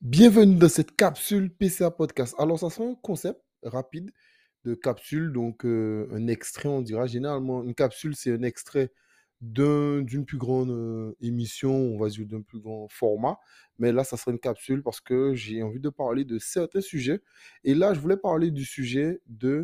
Bienvenue dans cette capsule PCA Podcast. Alors, ça sera un concept rapide de capsule, donc un extrait, on dira. Généralement, une capsule, c'est un extrait d'une plus grande émission, on va dire d'un plus grand format. Mais là, ça sera une capsule parce que j'ai envie de parler de certains sujets. Et là, je voulais parler du sujet de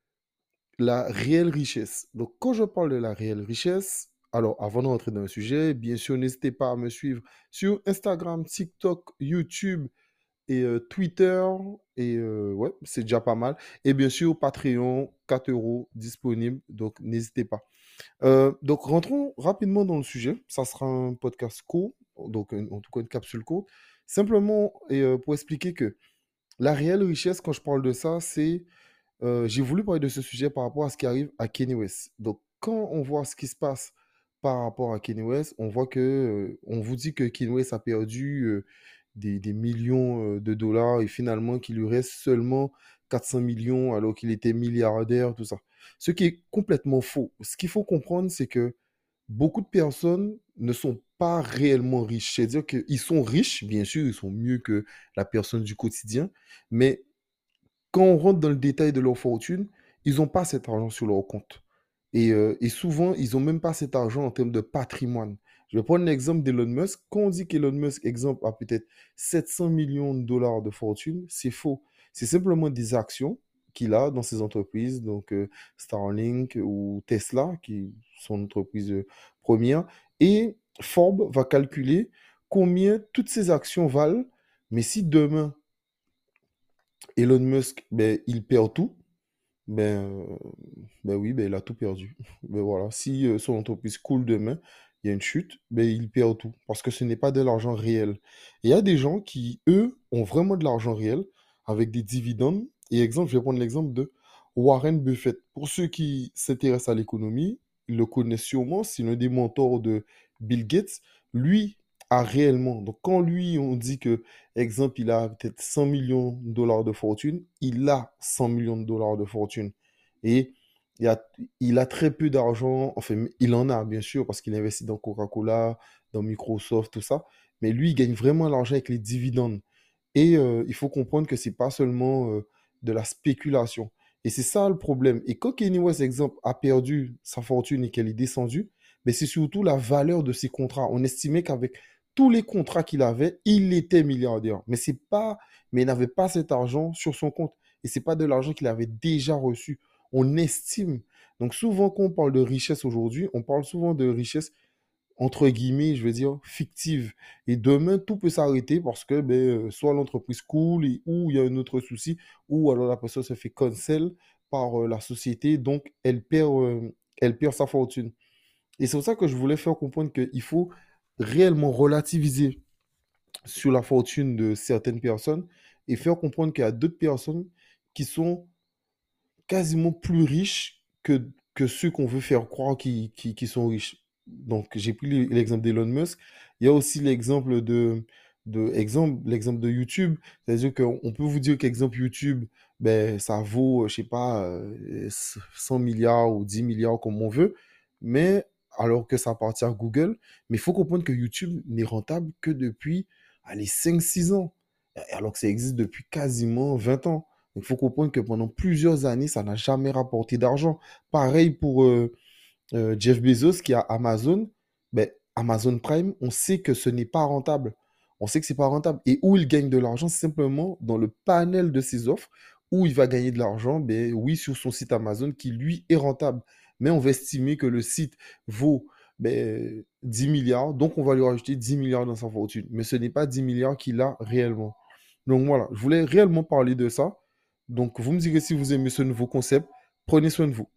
la réelle richesse. Donc, quand je parle de la réelle richesse, alors avant de rentrer dans le sujet, bien sûr, n'hésitez pas à me suivre sur Instagram, TikTok, YouTube et Twitter. Et ouais, c'est déjà pas mal. Et bien sûr, Patreon, 4 euros disponible. Donc, n'hésitez pas. Donc, rentrons rapidement dans le sujet. Ça sera un podcast court, donc en tout cas une capsule courte. Simplement, et pour expliquer que la réelle richesse, quand je parle de ça, c'est j'ai voulu parler de ce sujet par rapport à ce qui arrive à Kanye West. Donc, quand on voit ce qui se passe par rapport à Kanye West, on voit que, on vous dit que Kanye West a perdu des millions de dollars et finalement qu'il lui reste seulement 400 millions alors qu'il était milliardaire, tout ça. Ce qui est complètement faux. Ce qu'il faut comprendre, c'est que beaucoup de personnes ne sont pas réellement riches. C'est-à-dire qu'ils sont riches, bien sûr, ils sont mieux que la personne du quotidien, mais quand on rentre dans le détail de leur fortune, ils n'ont pas cet argent sur leur compte. Et souvent, ils n'ont même pas cet argent en termes de patrimoine. Je vais prendre l'exemple d'Elon Musk. Quand on dit qu'Elon Musk, exemple, a peut-être 700 millions de dollars de fortune, c'est faux. C'est simplement des actions qu'il a dans ses entreprises, donc Starlink ou Tesla, qui sont entreprises premières. Et Forbes va calculer combien toutes ces actions valent. Mais si demain, Elon Musk, ben, il perd tout, ben, ben oui, ben, il a tout perdu. Ben voilà, si son entreprise coule demain, il y a une chute, ben, il perd tout, parce que ce n'est pas de l'argent réel. Et il y a des gens qui, eux, ont vraiment de l'argent réel, avec des dividendes. Et exemple, je vais prendre l'exemple de Warren Buffett. Pour ceux qui s'intéressent à l'économie, ils le connaissent sûrement, c'est l'un des mentors de Bill Gates. Lui a réellement, donc quand lui, on dit que exemple, il a peut-être 100 millions de dollars de fortune, il a 100 millions de dollars de fortune. Et il a, il a très peu d'argent, enfin, il en a bien sûr, parce qu'il investit dans Coca-Cola, dans Microsoft, tout ça. Mais lui, il gagne vraiment l'argent avec les dividendes. Et il faut comprendre que c'est pas seulement de la spéculation. Et c'est ça le problème. Et quand Kanye West, exemple, a perdu sa fortune et qu'elle est descendue, mais c'est surtout la valeur de ses contrats. On estimait qu'avec tous les contrats qu'il avait, il était milliardaire. Mais c'est pas, mais il n'avait pas cet argent sur son compte. Et c'est pas de l'argent qu'il avait déjà reçu. On estime. Donc souvent, quand on parle de richesse aujourd'hui, on parle souvent de richesse entre guillemets, je veux dire, fictive. Et demain, tout peut s'arrêter parce que ben, soit l'entreprise coule ou il y a un autre souci, ou alors la personne se fait cancel par la société, donc elle perd sa fortune. Et c'est pour ça que je voulais faire comprendre qu'il faut réellement relativiser sur la fortune de certaines personnes et faire comprendre qu'il y a d'autres personnes qui sont quasiment plus riches que ceux qu'on veut faire croire qui sont riches. Donc, j'ai pris l'exemple d'Elon Musk. Il y a aussi l'exemple de YouTube. C'est-à-dire qu'on peut vous dire qu'exemple YouTube, ben, ça vaut, je sais pas, 100 milliards ou 10 milliards comme on veut, mais alors que ça appartient à Google. Mais il faut comprendre que YouTube n'est rentable que depuis, allez, 5 6 ans, alors que ça existe depuis quasiment 20 ans. Il faut comprendre que pendant plusieurs années, ça n'a jamais rapporté d'argent. Pareil pour Jeff Bezos qui a Amazon. Ben, Amazon Prime, on sait que ce n'est pas rentable. On sait que c'est pas rentable. Et où il gagne de l'argent, c'est simplement dans le panel de ses offres où il va gagner de l'argent, ben oui, sur son site Amazon qui lui est rentable. Mais on va estimer que le site vaut ben, 10 milliards, donc on va lui rajouter 10 milliards dans sa fortune. Mais ce n'est pas 10 milliards qu'il a réellement. Donc voilà, je voulais réellement parler de ça. Donc vous me direz si vous aimez ce nouveau concept. Prenez soin de vous.